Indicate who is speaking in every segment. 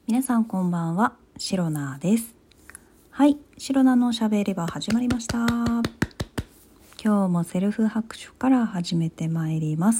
Speaker 1: 皆さんこんばんは、シロナです。はい、シロナのしゃべり場始まりました。今日もセルフ拍手から始めてまいります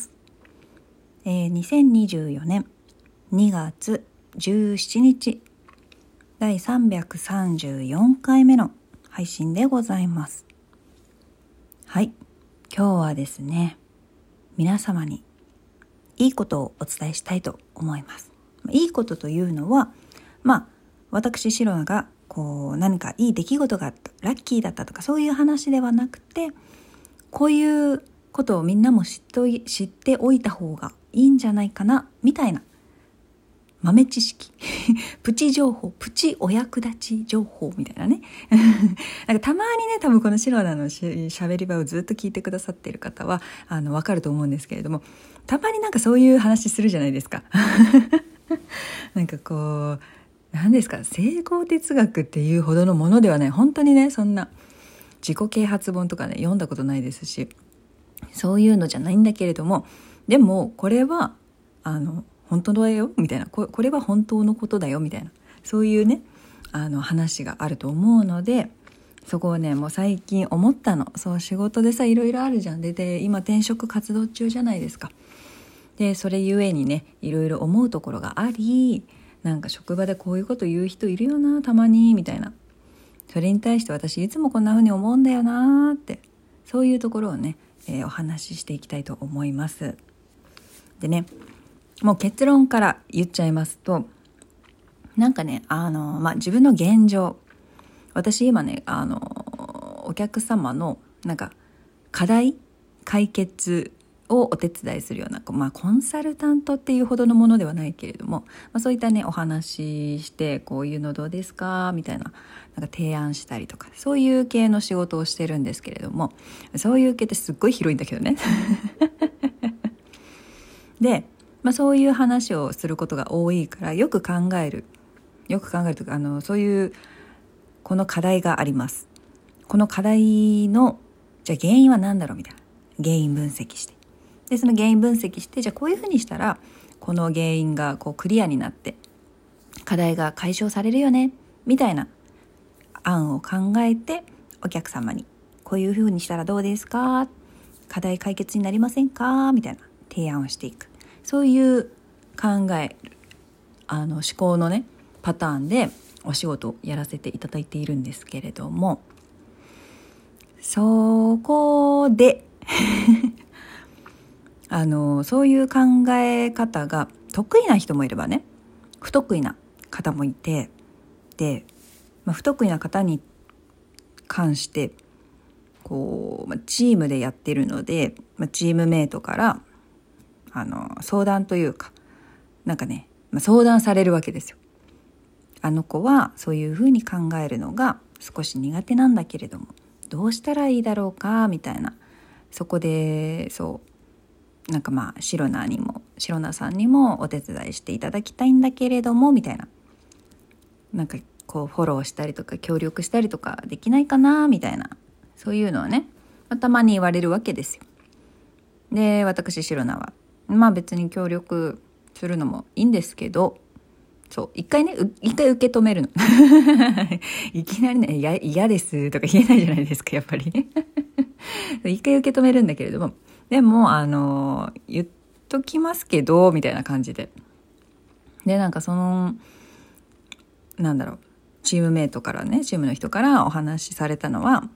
Speaker 1: 。2024年2月17日第334回目の配信でございます。はい、今日はですね、皆様にいいことをお伝えしたいと思います。いいことというのは、私シロナが何かいい出来事があった、ラッキーだったとかそういう話ではなくて、こういうことをみんなも知っておいた方がいいんじゃないかなみたいな豆知識プチ情報、プチお役立ち情報みたいなねなんかたまにね、多分このシロナのしゃべり場をずっと聞いてくださっている方はわかると思うんですけれども、たまになんかそういう話するじゃないですかなんか何ですか、成功哲学っていうほどのものではない。本当にね、そんな自己啓発本とかね、読んだことないですし、そういうのじゃないんだけれども、でもこれは本当だよみたいな、これは本当のことだよみたいな、そういうね話があると思うので、そこをね、もう最近思ったの。そう、仕事でさ、いろいろあるじゃん。で今転職活動中じゃないですか。でそれゆえにね、いろいろ思うところがあり、なんか職場でこういうこと言う人いるよな、たまにみたいな。それに対して私いつもこんな風に思うんだよなって、そういうところをね、お話ししていきたいと思います。でね、もう結論から言っちゃいますと、なんかね、自分の現状、私今ね、お客様のなんか課題解決をお手伝いするような、コンサルタントっていうほどのものではないけれども、そういったね、お話しして、こういうのどうですかみたいな、なんか提案したりとか、そういう系の仕事をしてるんですけれども、そういう系ってすっごい広いんだけどねで、そういう話をすることが多いから、よく考えるというか、そういうこの課題があります。この課題のじゃあ原因は何だろうみたいな、原因分析して、でその原因分析して、じゃあこういうふうにしたらこの原因がクリアになって課題が解消されるよねみたいな案を考えて、お客様にこういうふうにしたらどうですか、課題解決になりませんかみたいな提案をしていく、そういう考え思考のねパターンでお仕事をやらせていただいているんですけれども、そこでそういう考え方が得意な人もいればね、不得意な方もいて、で、不得意な方に関してチームでやってるので、チームメイトから相談というか、なんかね、相談されるわけですよ。あの子はそういうふうに考えるのが少し苦手なんだけれども、どうしたらいいだろうかみたいな。そこでなんかシロナさんにもお手伝いしていただきたいんだけれどもみたいな、なんかフォローしたりとか協力したりとかできないかなみたいな、そういうのをね、たまに言われるわけですよ。で、私シロナは別に協力するのもいいんですけど、一回受け止めるのいきなりね、嫌ですとか言えないじゃないですか、やっぱり一回受け止めるんだけれども、でも言っときますけどみたいな感じで、なんかチームメイトからね、チームの人からお話しされたのは、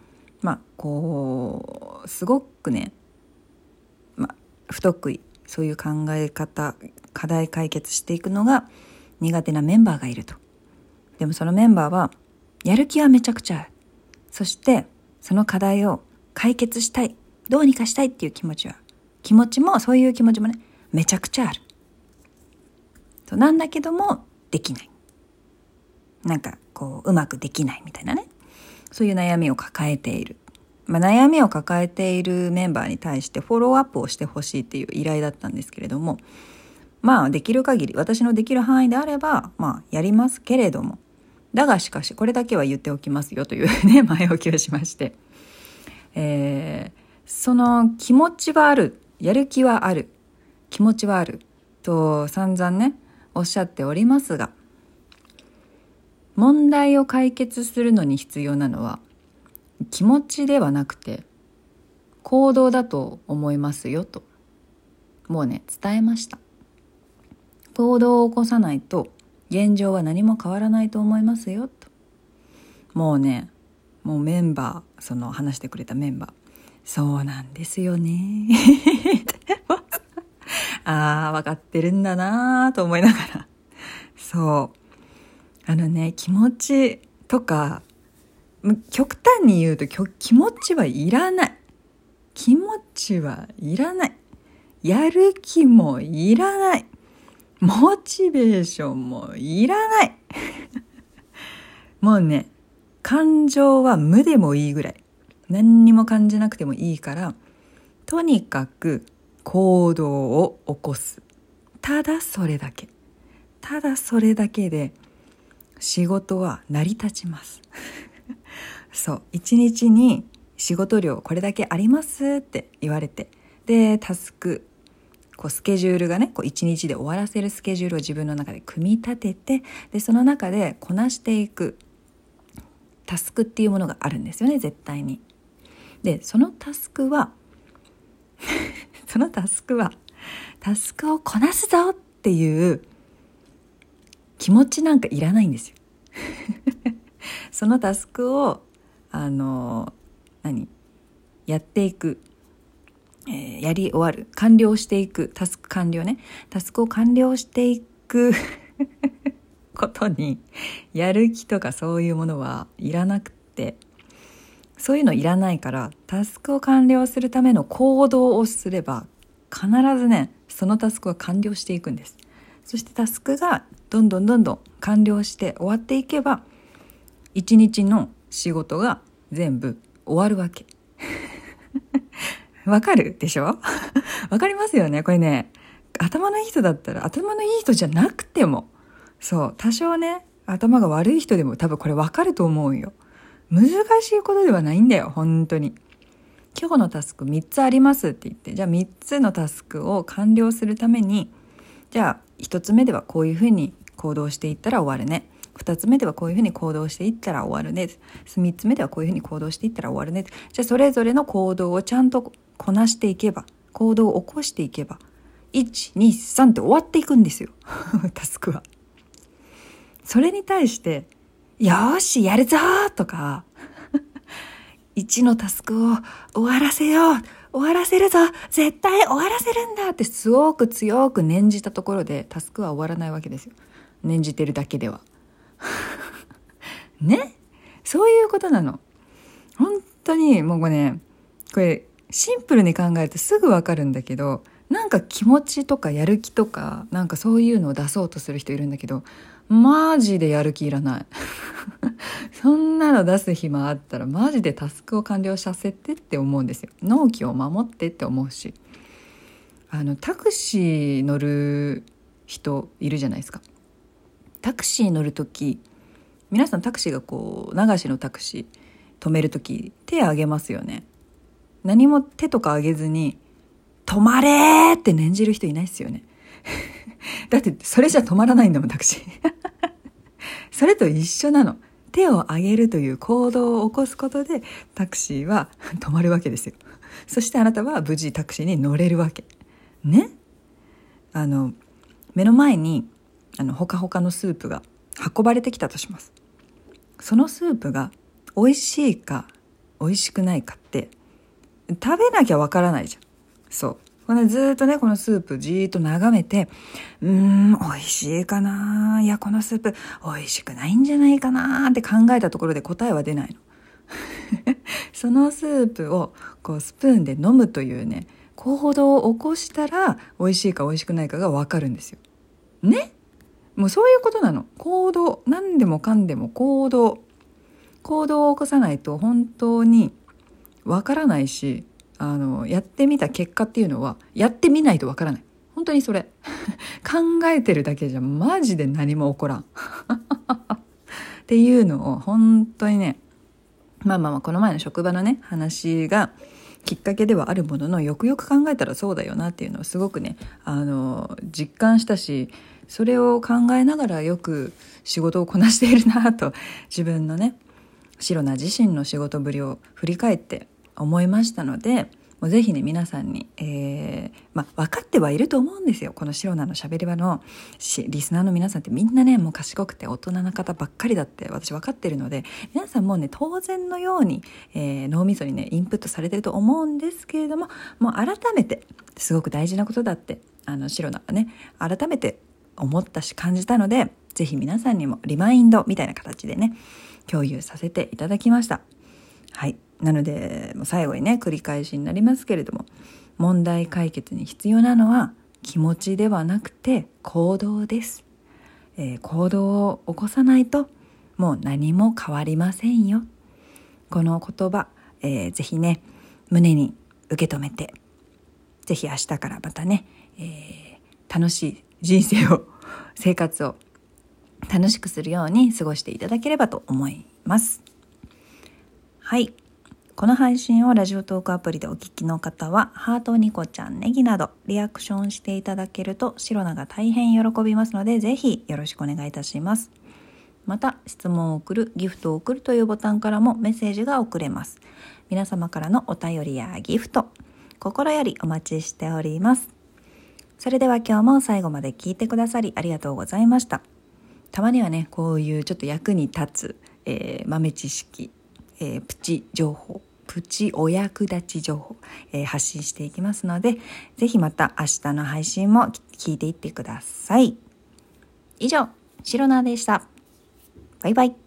Speaker 1: すごくね、不得意、そういう考え方、課題解決していくのが苦手なメンバーがいると。でもそのメンバーはやる気はめちゃくちゃある。そしてその課題を解決したい、どうにかしたいっていうそういう気持ちもね、めちゃくちゃある。なんだけどもできない。なんかうまくできないみたいなね。そういう悩みを抱えている。悩みを抱えているメンバーに対してフォローアップをしてほしいっていう依頼だったんですけれども、できる限り私のできる範囲であればやりますけれども、だがしかしこれだけは言っておきますよというね、前置きをしまして、その気持ちはある、やる気はある、気持ちはあると散々ねおっしゃっておりますが、 問題を解決するのに必要なのは気持ちではなくて行動だと思いますよと、もうね伝えました。行動を起こさないと現状は何も変わらないと思いますよと。もうメンバー、その話してくれたメンバー、そうなんですよねああ分かってるんだなと思いながら、そう気持ちとか極端に言うと気持ちはいらない。気持ちはいらない。やる気もいらない。モチベーションもいらないもうね、感情は無でもいいぐらい、何にも感じなくてもいいから、とにかく行動を起こす。ただそれだけ。ただそれだけで仕事は成り立ちますそう一日に仕事量これだけありますって言われて、でタスクスケジュールがね一日で終わらせるスケジュールを自分の中で組み立てて、でその中でこなしていくタスクっていうものがあるんですよね、絶対に。でそのタスクはタスクをこなすぞっていう気持ちなんかいらないんですよそのタスクをやっていく、やり終わる、完了していく、タスク完了ね、タスクを完了していくことにやる気とかそういうものはいらなくて、そういうのいらないから、タスクを完了するための行動をすれば必ずねそのタスクは完了していくんです。そしてタスクがどんどん完了して終わっていけば、一日の仕事が全部終わるわけわかるでしょわかりますよね。これね、頭のいい人だったら、頭のいい人じゃなくても、そう多少ね頭が悪い人でも多分これわかると思うよ。難しいことではないんだよ、本当に。今日のタスク3つありますって言って、じゃあ3つのタスクを完了するために、じゃあ1つ目ではこういうふうに行動していったら終わるね、2つ目ではこういうふうに行動していったら終わるね、3つ目ではこういうふうに行動していったら終わるね。じゃあそれぞれの行動をちゃんとこなしていけば、行動を起こしていけば 1,2,3 って終わっていくんですよタスクは。それに対してよーしやるぞーとか1のタスクを終わらせよう、終わらせるぞ、絶対終わらせるんだってすごく強く念じたところでタスクは終わらないわけですよ。念じてるだけではね、そういうことなの。本当にもうね、これシンプルに考えるとすぐわかるんだけど、なんか気持ちとかやる気とかなんかそういうのを出そうとする人いるんだけど、マジでやる気いらないそんなの出す暇あったらマジでタスクを完了させてって思うんですよ。納期を守ってって思うし、タクシー乗る人いるじゃないですか。タクシー乗るとき、皆さんタクシーが流しのタクシー止めるとき手挙げますよね。何も手とか挙げずに止まれーって念じる人いないですよねだってそれじゃ止まらないんだもんタクシーそれと一緒なの。手を挙げるという行動を起こすことでタクシーは止まるわけですよ。そしてあなたは無事タクシーに乗れるわけね。目の前にほかほかのスープが運ばれてきたとします。そのスープが美味しいか美味しくないかって食べなきゃわからないじゃん。そうずっとねこのスープじーっと眺めて、美味しいかな、いやこのスープ美味しくないんじゃないかなって考えたところで答えは出ないのそのスープをスプーンで飲むというね行動を起こしたら美味しいか美味しくないかがわかるんですよね。もうそういうことなの。行動、何でもかんでも行動を起こさないと本当にわからないし、やってみた結果っていうのはやってみないとわからない。本当にそれ考えてるだけじゃマジで何も起こらんっていうのを本当にね、この前の職場のね話がきっかけではあるものの、よくよく考えたらそうだよなっていうのをすごくね実感したし、 それを考えながらよく仕事をこなしているなと、自分のね、シロナ自身の仕事ぶりを振り返って思いましたので、もうぜひね、皆さんに、分かってはいると思うんですよ。このシロナのしゃべり場のリスナーの皆さんってみんなね、もう賢くて大人な方ばっかりだって私分かってるので、皆さんもうね、当然のように、脳みそにねインプットされてると思うんですけれども、もう改めてすごく大事なことだってシロナがね改めて思ったし感じたので、ぜひ皆さんにもリマインドみたいな形でね共有させていただきました。はい、なのでもう最後にね繰り返しになりますけれども、問題解決に必要なのは気持ちではなくて行動です。行動を起こさないともう何も変わりませんよ。この言葉、ぜひね胸に受け止めて、ぜひ明日からまたね、楽しい人生を生活を楽しくするように過ごしていただければと思います。はい、この配信をラジオトークアプリでお聞きの方はハート、ニコちゃん、ネギなどリアクションしていただけるとシロナが大変喜びますので、ぜひよろしくお願いいたします。また質問を送る、ギフトを送るというボタンからもメッセージが送れます。皆様からのお便りやギフト、心よりお待ちしております。それでは今日も最後まで聞いてくださりありがとうございました。たまにはねこういうちょっと役に立つ、豆知識、プチ情報、プチお役立ち情報、発信していきますので、ぜひまた明日の配信も聞いていってください。以上、シロナでした。バイバイ。